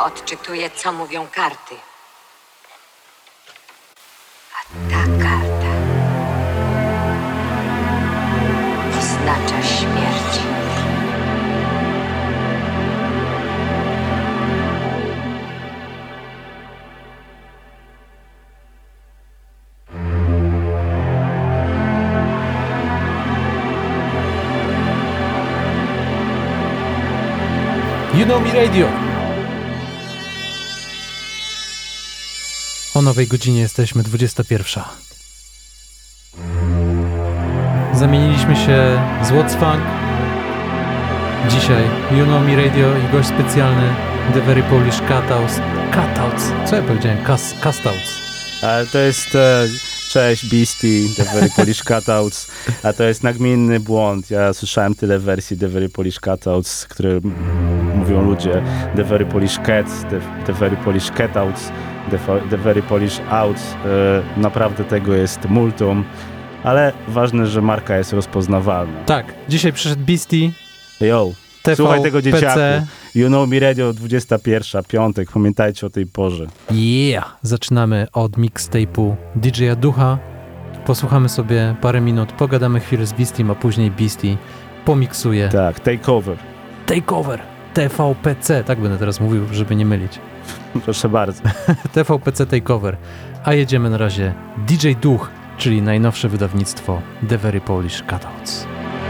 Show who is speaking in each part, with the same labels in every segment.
Speaker 1: odczytuję, co mówią karty. A ta karta oznacza śmierć.
Speaker 2: You Know Me Radio. O nowej godzinie jesteśmy, 21. Zamieniliśmy się z What's Funk. Dzisiaj You Know Me Radio i gość specjalny The Very Polish Cutouts. Co ja powiedziałem? Castouts.
Speaker 3: Ale to jest... Cześć, Beastie, The Very Polish Cutouts, a to jest nagminny błąd. Ja słyszałem tyle wersji The Very Polish Cutouts, które mówią ludzie. The Very Polish Cats, The Very Polish Cutouts, The Very Polish Outs. Naprawdę tego jest multum, ale ważne, że marka jest rozpoznawalna.
Speaker 2: Tak, dzisiaj przyszedł Beastie.
Speaker 3: Yo,
Speaker 2: TV,
Speaker 3: słuchaj tego dzieciaku.
Speaker 2: PC.
Speaker 3: You Know Me Radio, 21, piątek, pamiętajcie o tej porze.
Speaker 2: Yeah! Zaczynamy od mixtape'u DJ-a Ducha. Posłuchamy sobie parę minut, pogadamy chwilę z Beastiem, a później Beastie pomiksuje.
Speaker 3: Tak, Takeover.
Speaker 2: Takeover! TVPC, tak będę teraz mówił, żeby nie mylić.
Speaker 3: Proszę bardzo.
Speaker 2: TVPC Takeover. A jedziemy na razie DJ Duch, czyli najnowsze wydawnictwo The Very Polish Cutouts.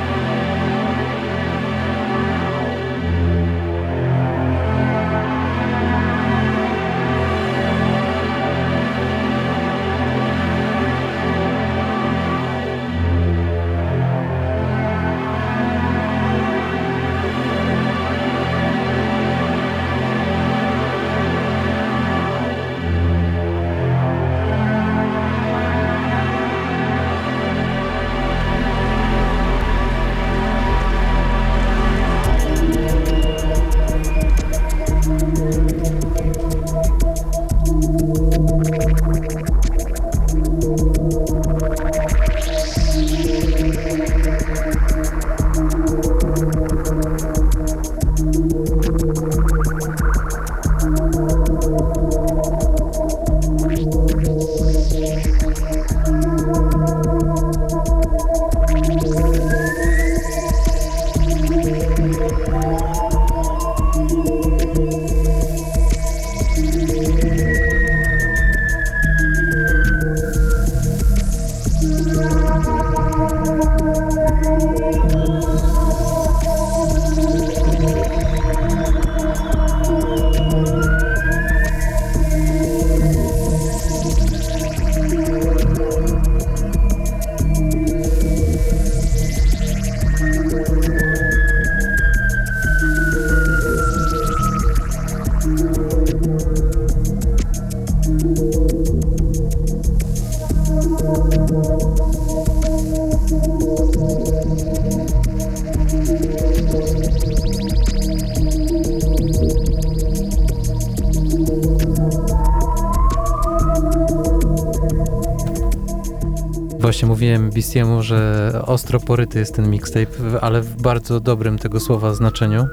Speaker 2: Właśnie mówiłem Beastiemu, że ostro poryty jest ten mixtape, ale w bardzo dobrym tego słowa znaczeniu.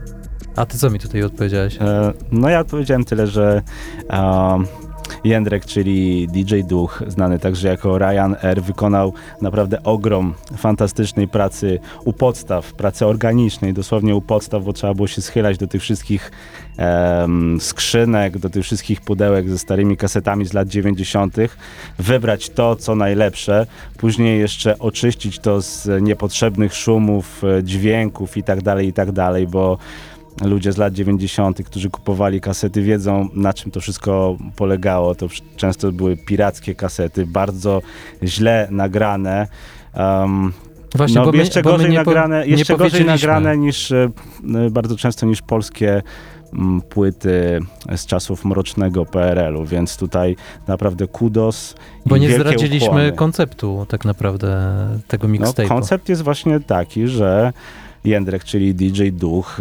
Speaker 2: A ty co mi tutaj odpowiedziałeś?
Speaker 3: No ja odpowiedziałem tyle, że Jędrek, czyli DJ Duch, znany także jako Ryan R., wykonał naprawdę ogrom fantastycznej pracy u podstaw, pracy organicznej, dosłownie u podstaw, bo trzeba było się schylać do tych wszystkich skrzynek, do tych wszystkich pudełek ze starymi kasetami z lat 90., wybrać to, co najlepsze, później jeszcze oczyścić to z niepotrzebnych szumów, dźwięków i tak dalej, bo ludzie z lat 90., którzy kupowali kasety, wiedzą, na czym to wszystko polegało. To często były pirackie kasety, bardzo źle nagrane.
Speaker 2: Właśnie,
Speaker 3: no, jeszcze gorzej nagrane niż bardzo często niż polskie płyty z czasów mrocznego PRL-u, więc tutaj naprawdę kudos.
Speaker 2: Bo nie zdradziliśmy
Speaker 3: ukłony.
Speaker 2: Konceptu tak naprawdę tego mixtape'u.
Speaker 3: No, koncept jest właśnie taki, że Jędrek, czyli DJ Duch,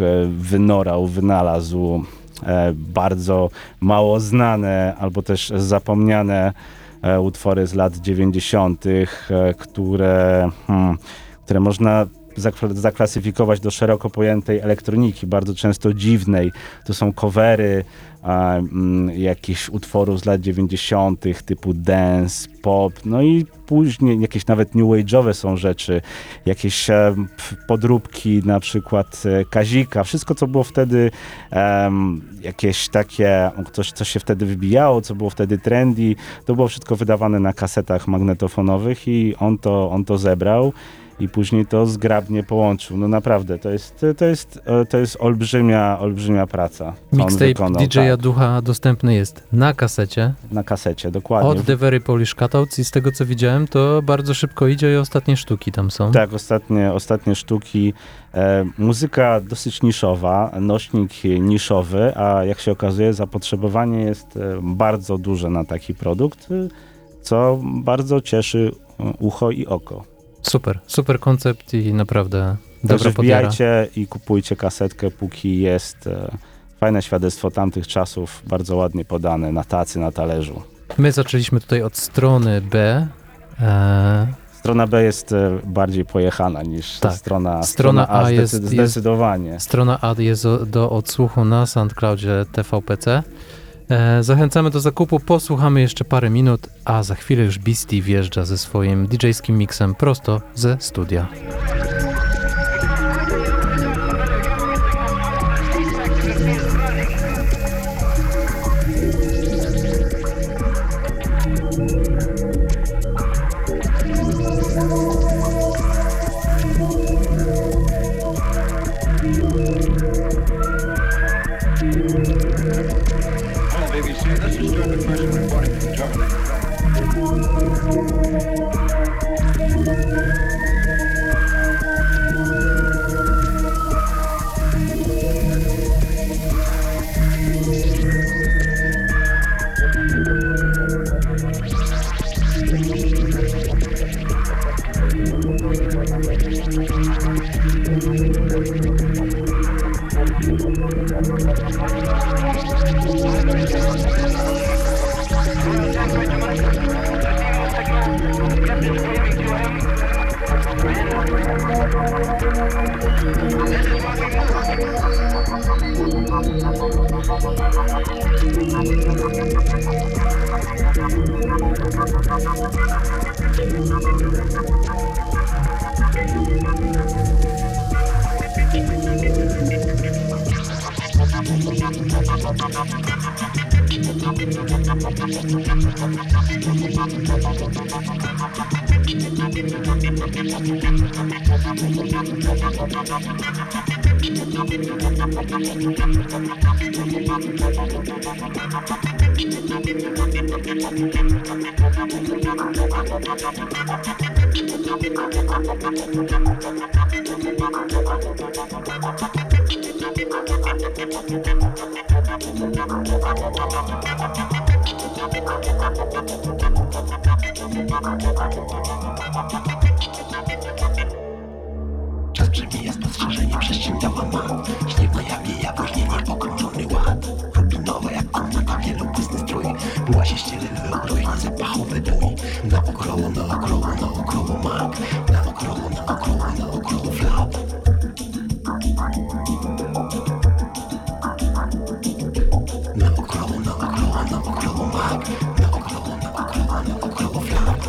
Speaker 3: wynalazł bardzo mało znane albo też zapomniane utwory z lat 90., które można zaklasyfikować do szeroko pojętej elektroniki, bardzo często dziwnej. To są covery jakichś utworów z lat 90. typu dance, pop, no i później jakieś nawet new age'owe są rzeczy, jakieś podróbki na przykład Kazika, wszystko co było wtedy jakieś takie, co się wtedy wybijało, co było wtedy trendy, to było wszystko wydawane na kasetach magnetofonowych i on to zebrał i później to zgrabnie połączył. No naprawdę, to jest olbrzymia praca.
Speaker 2: Mixtape DJ-a Ducha dostępny jest na kasecie.
Speaker 3: Na kasecie, dokładnie.
Speaker 2: Od The Very Polish Cutouts i z tego co widziałem, to bardzo szybko idzie i ostatnie sztuki tam są.
Speaker 3: Tak, ostatnie sztuki. Muzyka dosyć niszowa, nośnik niszowy, a jak się okazuje zapotrzebowanie jest bardzo duże na taki produkt, co bardzo cieszy ucho i oko.
Speaker 2: Super koncept i naprawdę dobra
Speaker 3: Także
Speaker 2: podjara.
Speaker 3: wbijajcie i kupujcie kasetkę, póki jest fajne świadectwo tamtych czasów, bardzo ładnie podane na tacy, na talerzu.
Speaker 2: My zaczęliśmy tutaj od strony B.
Speaker 3: Strona B jest bardziej pojechana niż
Speaker 2: Tak.
Speaker 3: strona A
Speaker 2: jest
Speaker 3: zdecydowanie.
Speaker 2: Strona A jest do odsłuchu na SoundCloudzie TVPC. Zachęcamy do zakupu, posłuchamy jeszcze parę minut, a za chwilę już Beastie wjeżdża ze swoim DJ-skim miksem prosto ze studia.
Speaker 4: Czas przemija, spostrzeżenie prześciągała ma. Śnieg na jawie, ja później niepokrążony ład. Rubinowe jak komnata, wielopłysny strój. Była się ścielny, groźny, zapachowy bój. Na okroło mak. Na okroło flap. Na okroło mak. Na okroło flap.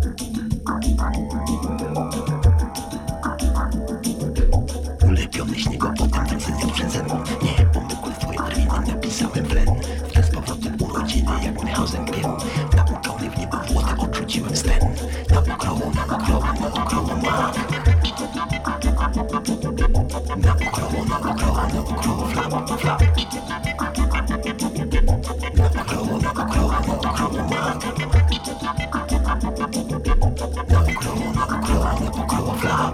Speaker 4: Ulepiony śniegopotem decyzją przeze mną. Nie pomykły twoje drwiny, napisałem w len. Wtedy z powrotem urodziny jak Mechausen pił. Nauczony w niebo włody odrzuciłem sen. Na okroło mak. Na okroło flap. Na okroło mak. Na okroło flap.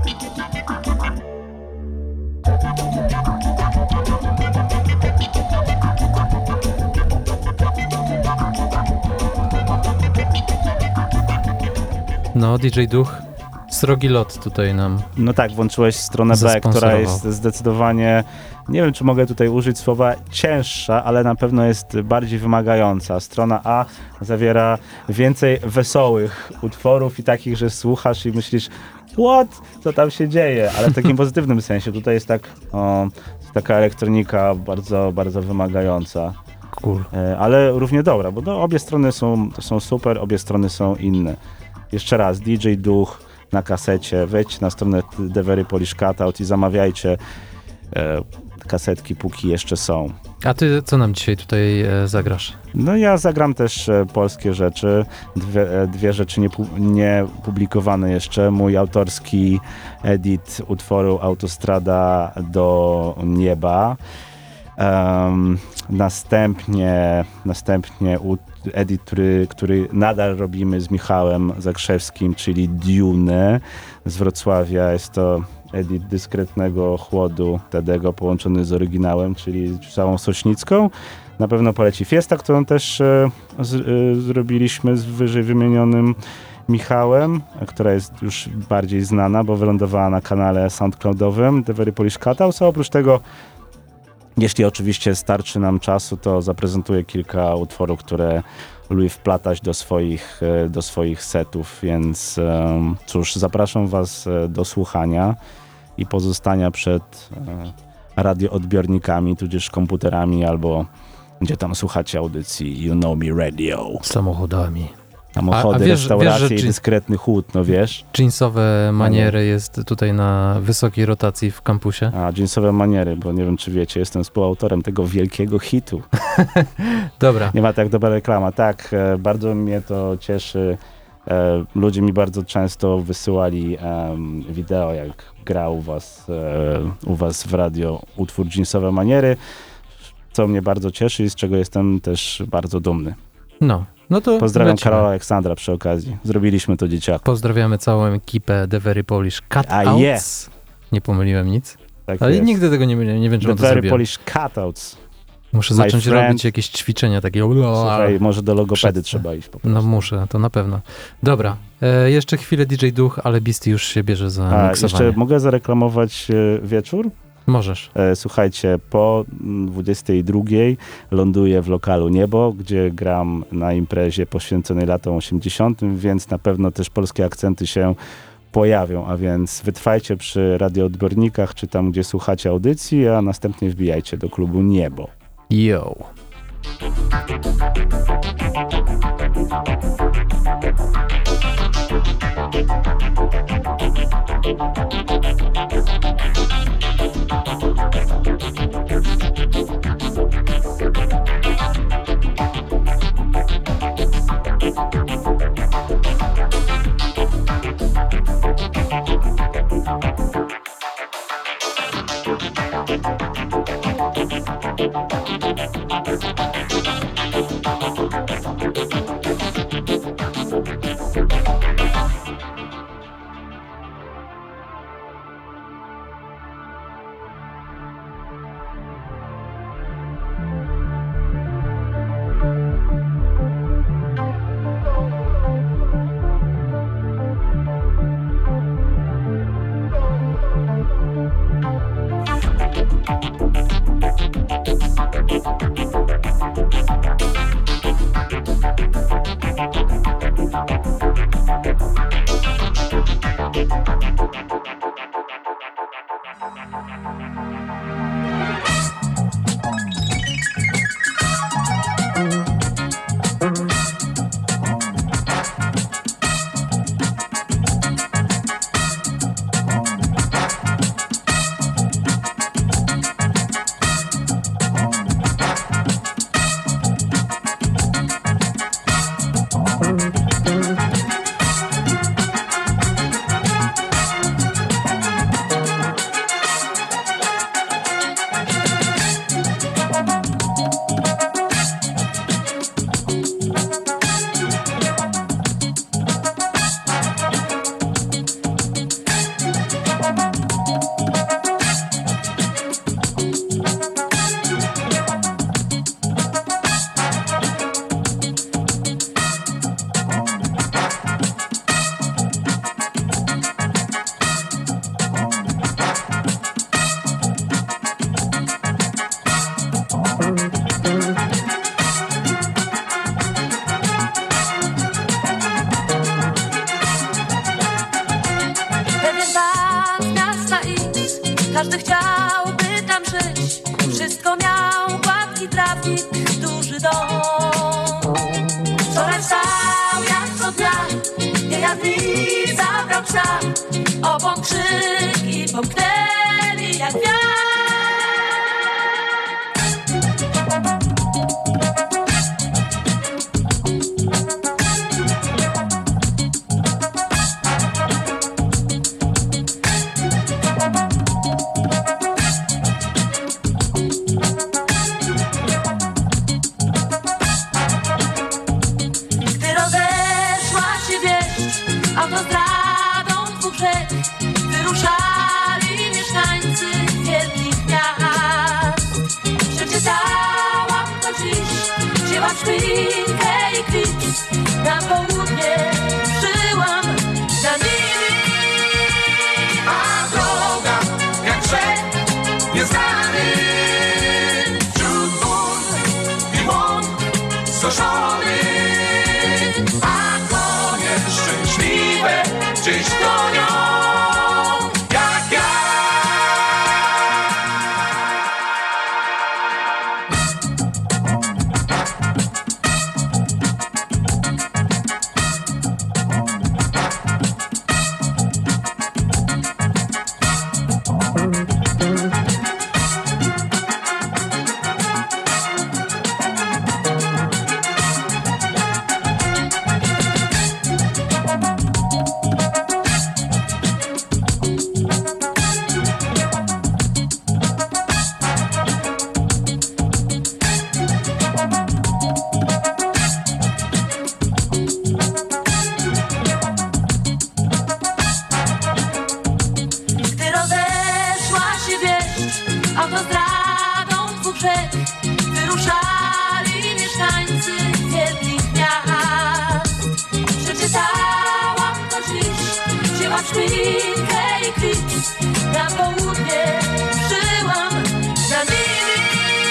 Speaker 2: No, DJ Duch, srogi lot tutaj nam.
Speaker 3: No tak, włączyłeś stronę B, która jest zdecydowanie, nie wiem czy mogę tutaj użyć słowa cięższa, ale na pewno jest bardziej wymagająca. Strona A zawiera więcej wesołych utworów i takich, że słuchasz i myślisz, what? Co tam się dzieje? Ale w takim pozytywnym sensie. Tutaj jest taka elektronika bardzo, bardzo wymagająca.
Speaker 2: Cool.
Speaker 3: Ale równie dobra, bo obie strony są super, obie strony są inne. Jeszcze raz, DJ Duch na kasecie, wejdźcie na stronę The Very Polish Cutout i zamawiajcie kasetki, póki jeszcze są.
Speaker 2: A ty co nam dzisiaj tutaj zagrasz?
Speaker 3: No ja zagram też polskie rzeczy, dwie rzeczy nie publikowane jeszcze. Mój autorski edit utworu Autostrada do nieba. Następnie edit, który nadal robimy z Michałem Zakrzewskim, czyli Dune z Wrocławia. Jest to edit dyskretnego chłodu Tedego połączony z oryginałem, czyli całą Sośnicką. Na pewno poleci Fiesta, którą też zrobiliśmy z wyżej wymienionym Michałem, która jest już bardziej znana, bo wylądowała na kanale soundcloudowym The Very Polish Cutout. A oprócz tego, jeśli oczywiście starczy nam czasu, to zaprezentuję kilka utworów, które lubię wplatać do swoich setów, więc cóż, zapraszam was do słuchania i pozostania przed radioodbiornikami, tudzież komputerami, albo gdzie tam słuchacie audycji You Know Me Radio.
Speaker 2: Samochodami.
Speaker 3: Samochody, restauracje i dyskretny chłód, no wiesz.
Speaker 2: Jeansowe maniery jest tutaj na wysokiej rotacji w kampusie.
Speaker 3: Jeansowe maniery, bo nie wiem, czy wiecie, jestem współautorem tego wielkiego hitu.
Speaker 2: Dobra.
Speaker 3: Nie ma tak dobra reklama. Tak, bardzo mnie to cieszy. Ludzie mi bardzo często wysyłali wideo, jak gra u was w radio utwór Jeansowe maniery, co mnie bardzo cieszy i z czego jestem też bardzo dumny.
Speaker 2: No to
Speaker 3: pozdrawiam
Speaker 2: lecimy.
Speaker 3: Karola Aleksandra przy okazji. Zrobiliśmy to, dzieciaku.
Speaker 2: Pozdrawiamy całą ekipę The Very Polish Cutouts. Nie pomyliłem nic.
Speaker 3: Tak
Speaker 2: Ale
Speaker 3: jest.
Speaker 2: nigdy tego nie wiem, czy
Speaker 3: The
Speaker 2: to
Speaker 3: Very
Speaker 2: zrobiłem.
Speaker 3: Polish Cutouts.
Speaker 2: Muszę
Speaker 3: My
Speaker 2: zacząć
Speaker 3: friend.
Speaker 2: robić jakieś ćwiczenia takie.
Speaker 3: Słuchaj, może do logopedy
Speaker 2: Przed-
Speaker 3: trzeba iść po prostu.
Speaker 2: No muszę, to na pewno. Dobra, jeszcze chwilę DJ Duch, ale Beastie już się bierze za miksowanie.
Speaker 3: Jeszcze mogę zareklamować wieczór?
Speaker 2: Możesz.
Speaker 3: Słuchajcie, po 22:00 ląduję w lokalu Niebo, gdzie gram na imprezie poświęconej latom 80., więc na pewno też polskie akcenty się pojawią, a więc wytrwajcie przy radioodbiornikach, czy tam, gdzie słuchacie audycji, a następnie wbijajcie do klubu Niebo.
Speaker 2: Yo.
Speaker 5: okrzyki pomknęli jak wiatr. Gdy rozeszła się wieść autostradą dwóch rzek, wyruszali mieszkańcy wielkich miast. Przeczytałam to dziś, wzięłam szpilkę i klips, na południe żyłam za nimi.
Speaker 6: A droga jak rzek nieznany, wśród ból i łąk skoszony, a konie szczęśliwe gdzieś gonią jak ja.
Speaker 5: Gdy rozeszła się wieść autostradą dwóch rzek, wyruszali mieszkańcy wielkich miast. Przeczytałam to dziś, wzięłam szpilkę i klips, na południe żyłam za nimi.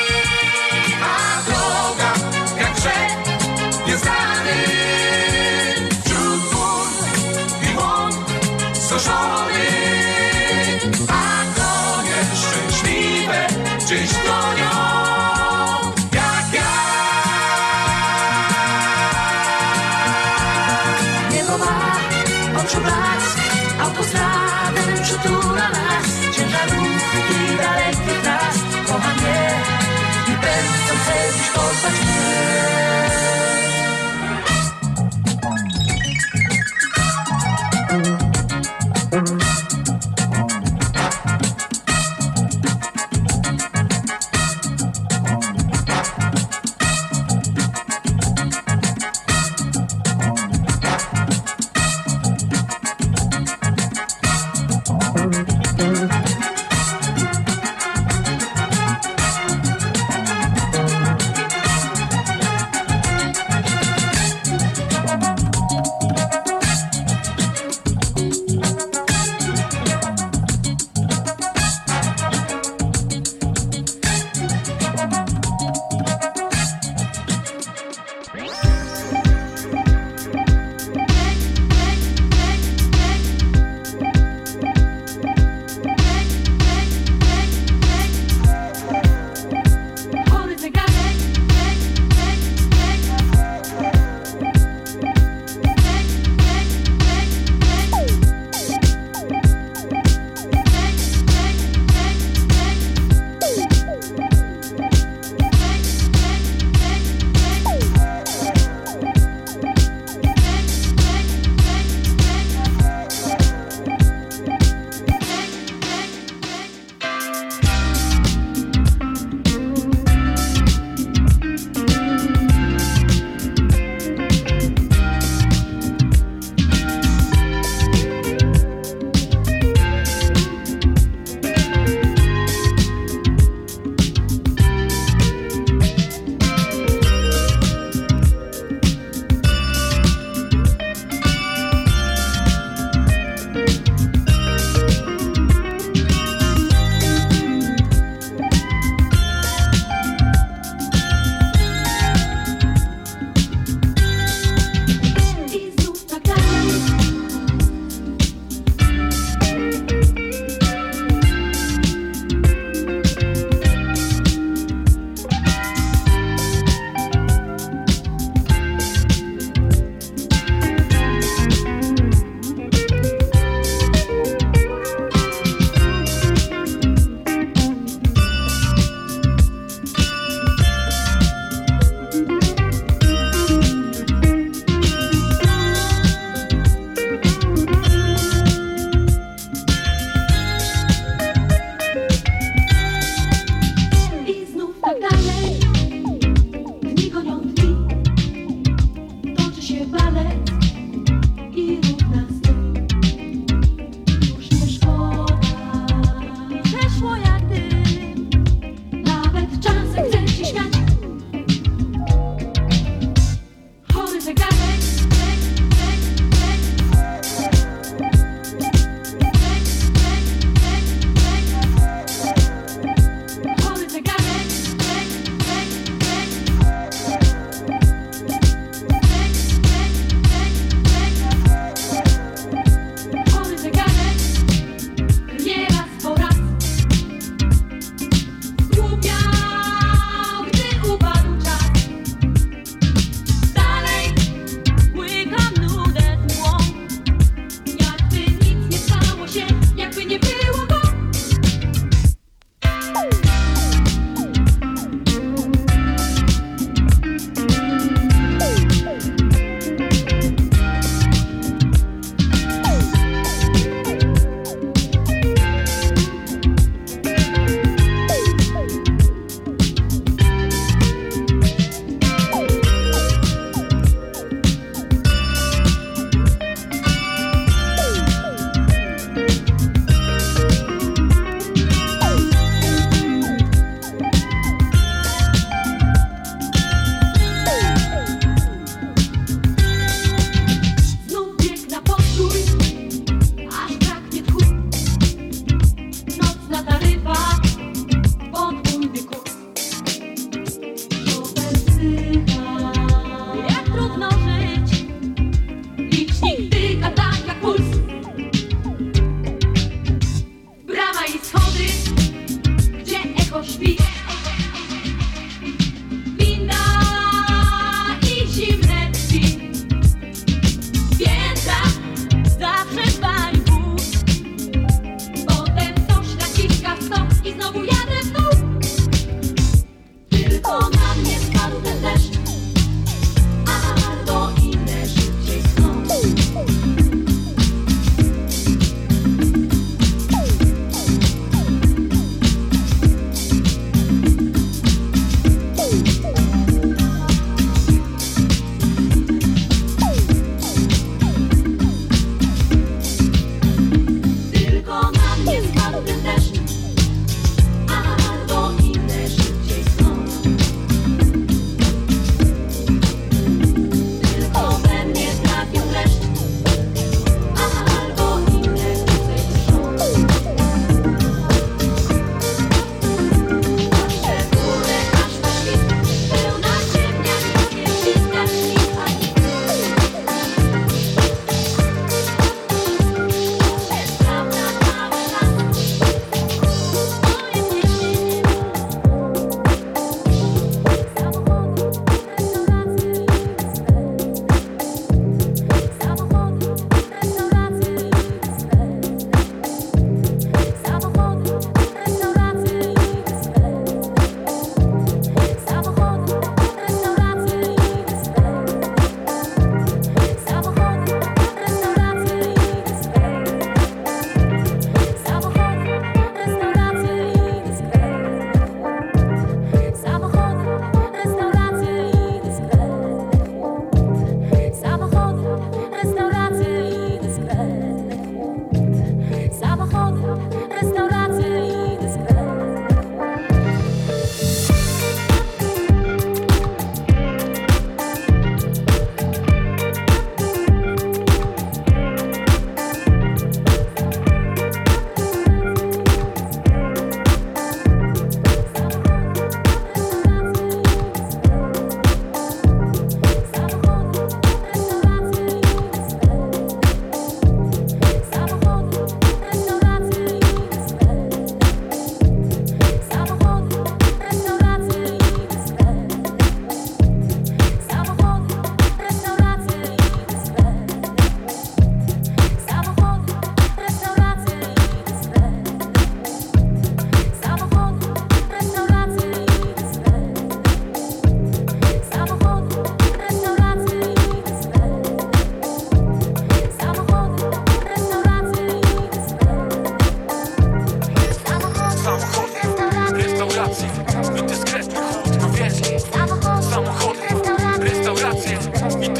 Speaker 6: A droga jak rzek nieznany, wśród ból i łąk skoszony, a konie szczęśliwe gdzieś gonią jak ja.
Speaker 5: Niebo ma oczu blask, autostradę przytula nas ciężarówka.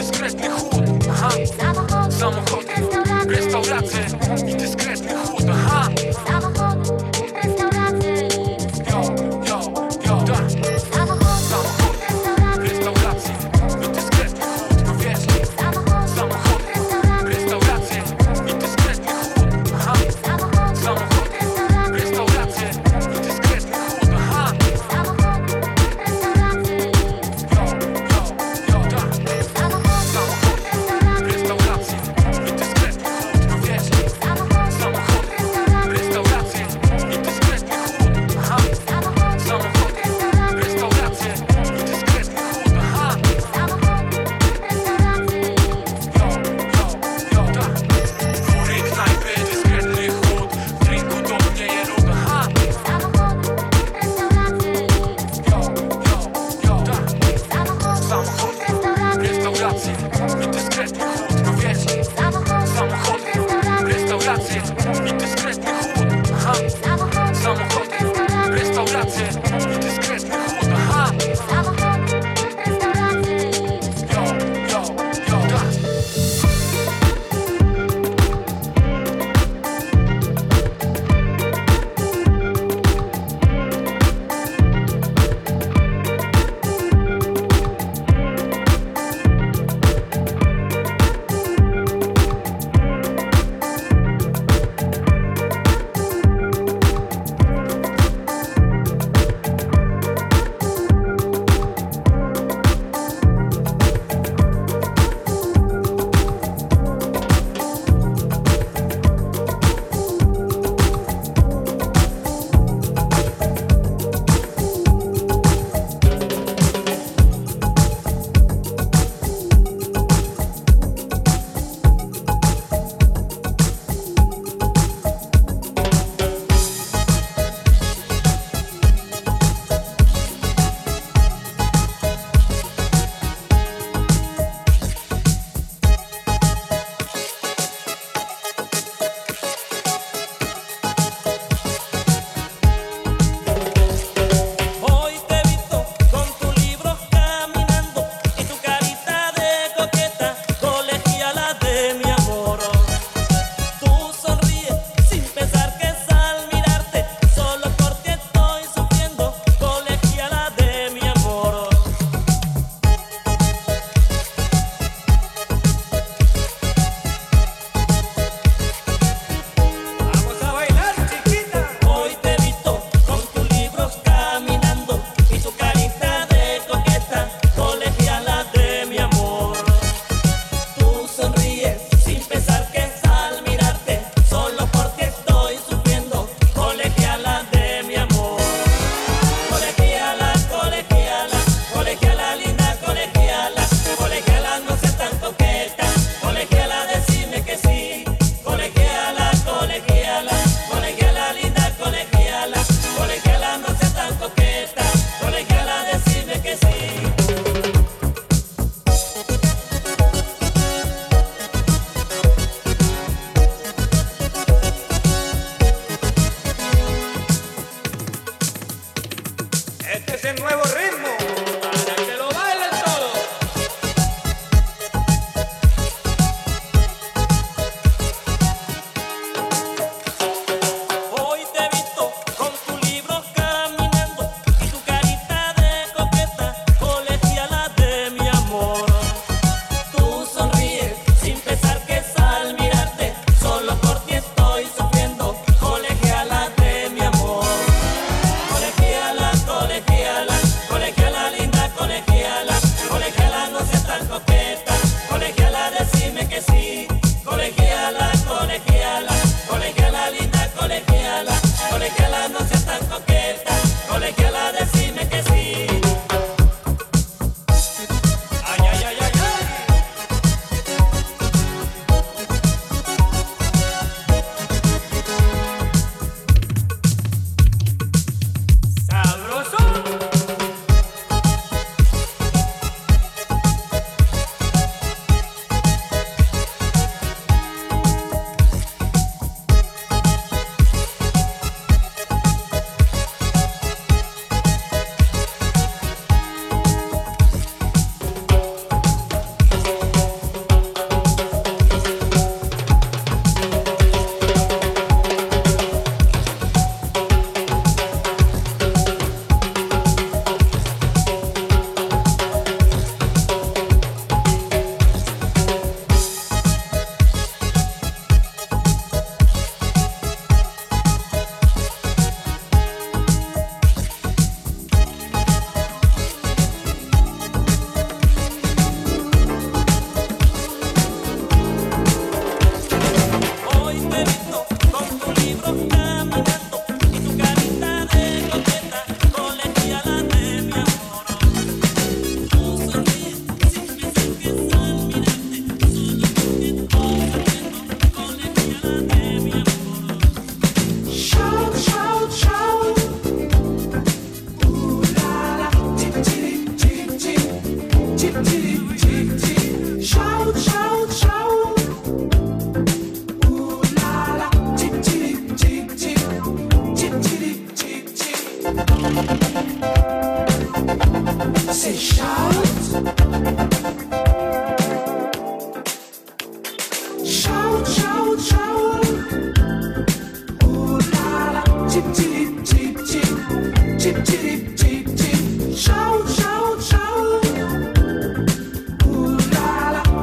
Speaker 6: dyskretny chłód. Aha. Samochody, restauracje i dyskretny chłód. Aha. Yo, yo, yo, tak. Samochody, restauracje i dyskretny chłód. No wiesz, samochody, restauracje i dyskretny chłód. Aha. Samochody, restauracje i dyskretny chłód. Aha. Yo, yo, yo, tak. Samochody,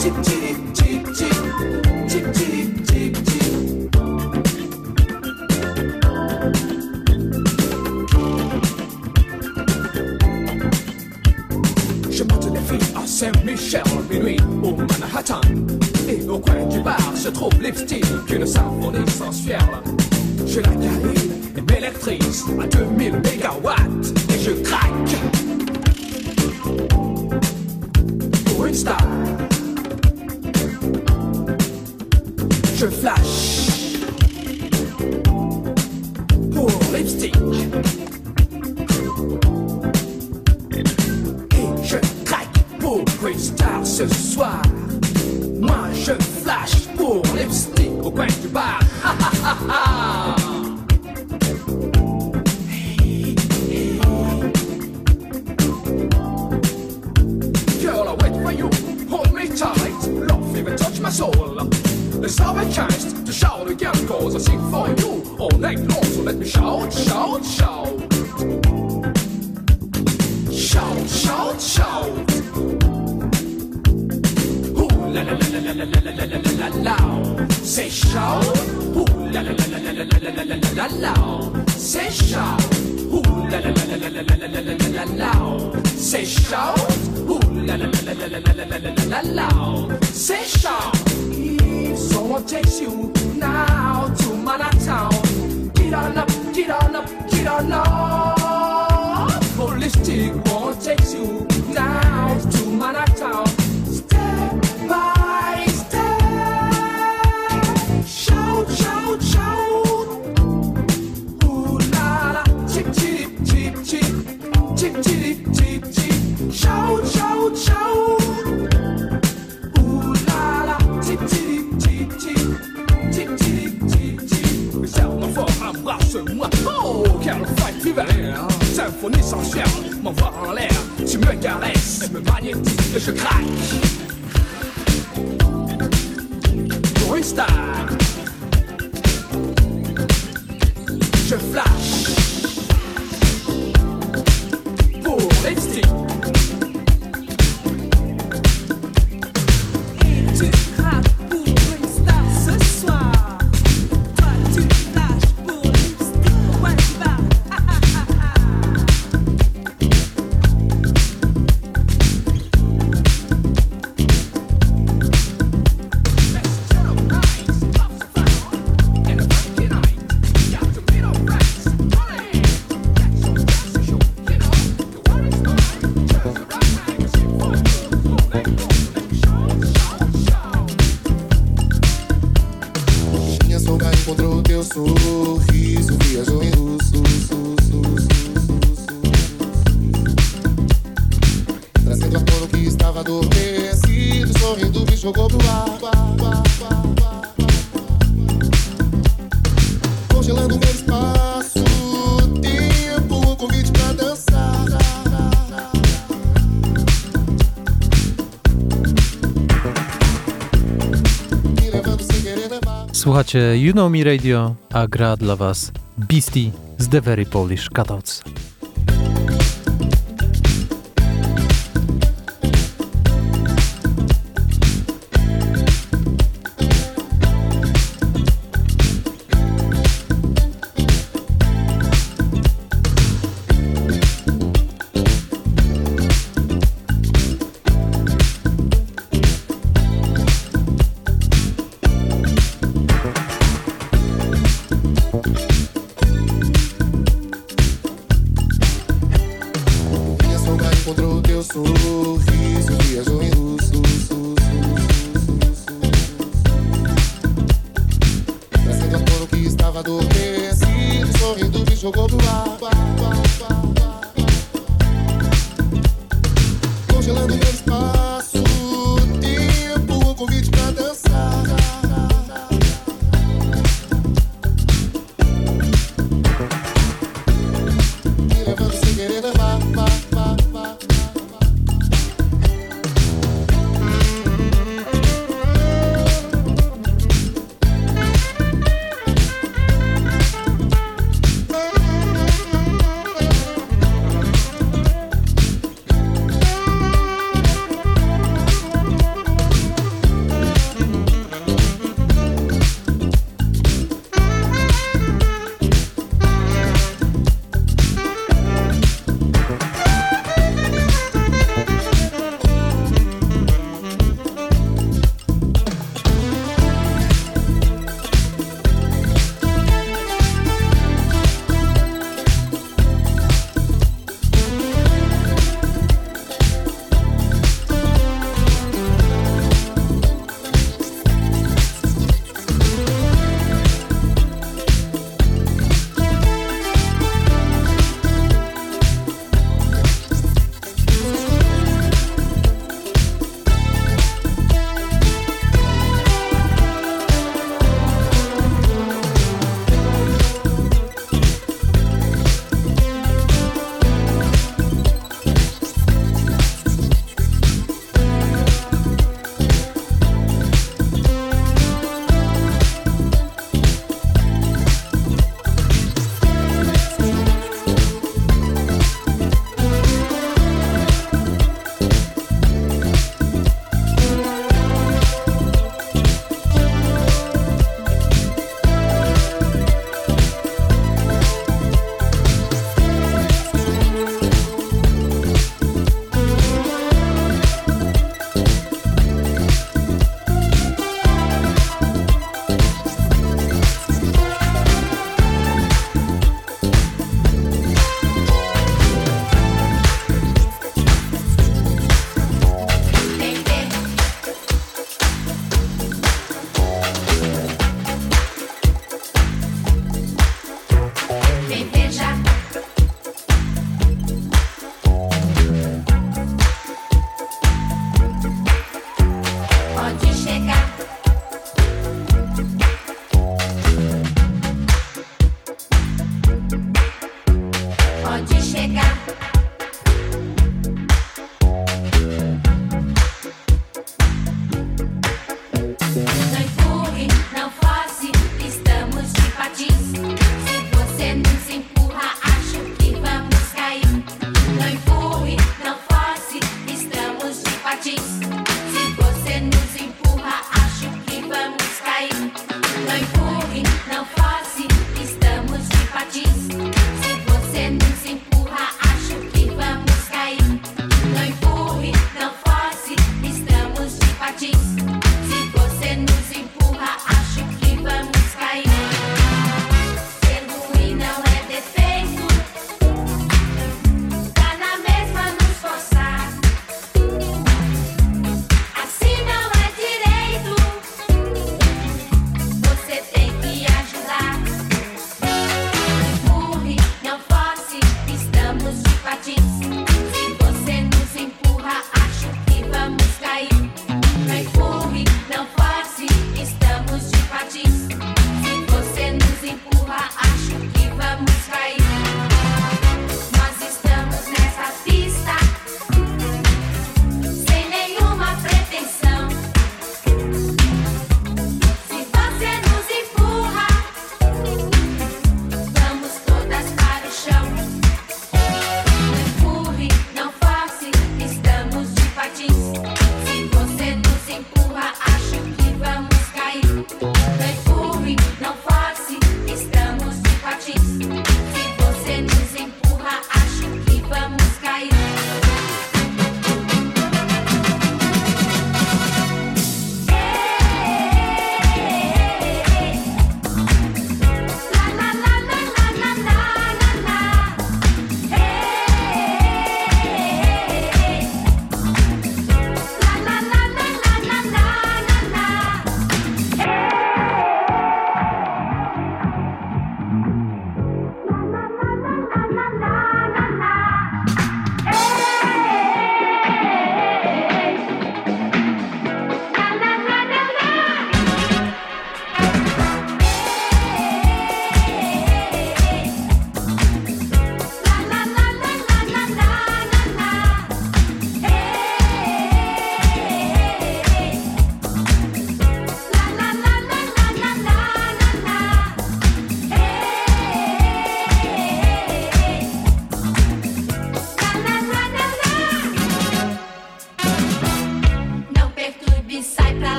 Speaker 4: Chip, chip, chip, chip. Chip, chip, chip, chip. Je monte les filles à Saint-Michel, minuit au Manhattan. Et au coin du bar se trouve Lipstick, une symphonie sans fière. Je la câline et m'électrise à 2000 mégawatts et je craque pour une star. Je flash pour Lipstick et je craque pour une star ce soir. Moi je flash pour Lipstick au coin du bar. Ha ha ha ha. Girl, I wait for you, hold me tight. Love even touch my soul. Let's have a chance to shout again, cause I sing for you all night long. So let me shout, shout, shout. Shout, shout, shout. Ooh la la la la la la la la la la la. Say shout. Ooh la la la la la la la la la la la. Say shout. Ooh la la la la la la la la la la la. Say shout. Ooh la la la la la la la la la la la. Say shout. If someone takes you now to Manhattan, get on up, get on up, get on up. Holistic one takes you now to Manhattan, step by step. Shout, shout, shout. Ooh la la, chip, chip, chip, chip, chip, chip, chip, chip. Shout, shout, shout. Ooh la la, chip, chip, chip, chip, chip, chip, chip, chip. Serre-moi fort, embrasse-moi. Oh, quelle fête d'hiver. Symphonie sensuelle, m'envoie en l'air. Tu me caresses et me magnétises et je craque. Pour une star, je flash. Pour Lipstick.
Speaker 5: Tu craques pour une star ce soir. Toi tu flashes pour Lipstick. Ouais tu vas.
Speaker 7: Minha sombra encontrou teu sorriso, viajou em luz. Trazendo à tona o que estava adormecido, sorrindo me jogou pro ar. Congelando meu espaço, tempo, um convite pra dançar. Me levando sem querer levar.
Speaker 2: Słuchacie You Know Me Radio, a gra dla was Beastie z The Very Polish Cutouts.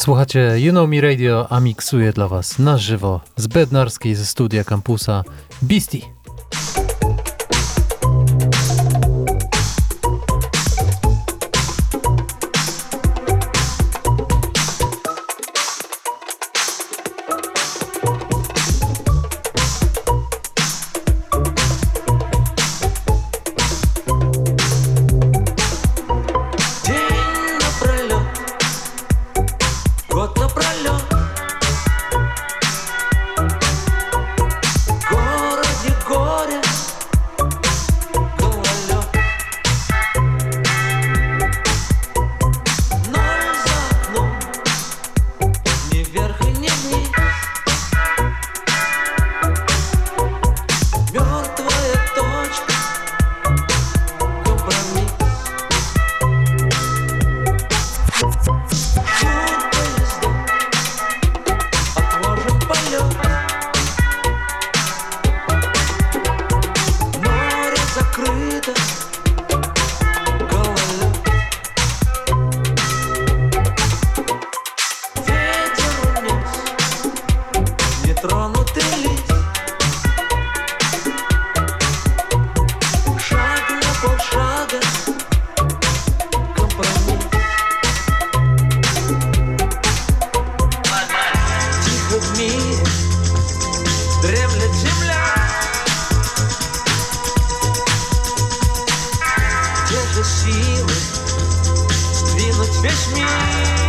Speaker 2: Słuchacie You Know Me Radio, a miksuje dla Was na żywo z Bednarskiej ze studia kampusa Beastie.
Speaker 8: День напролет, год напролет, в городе горе, гололед. Ноль за окном, ни вверх и ни вниз. Мертвая точка, компромисс. Отложим полет. Море закрыто, гололед. Ветер унес нетронутый лист. Шаг на полшага, компромисс. Тихо в мире дремлет земля. Те же силы сдвинуть весь мир.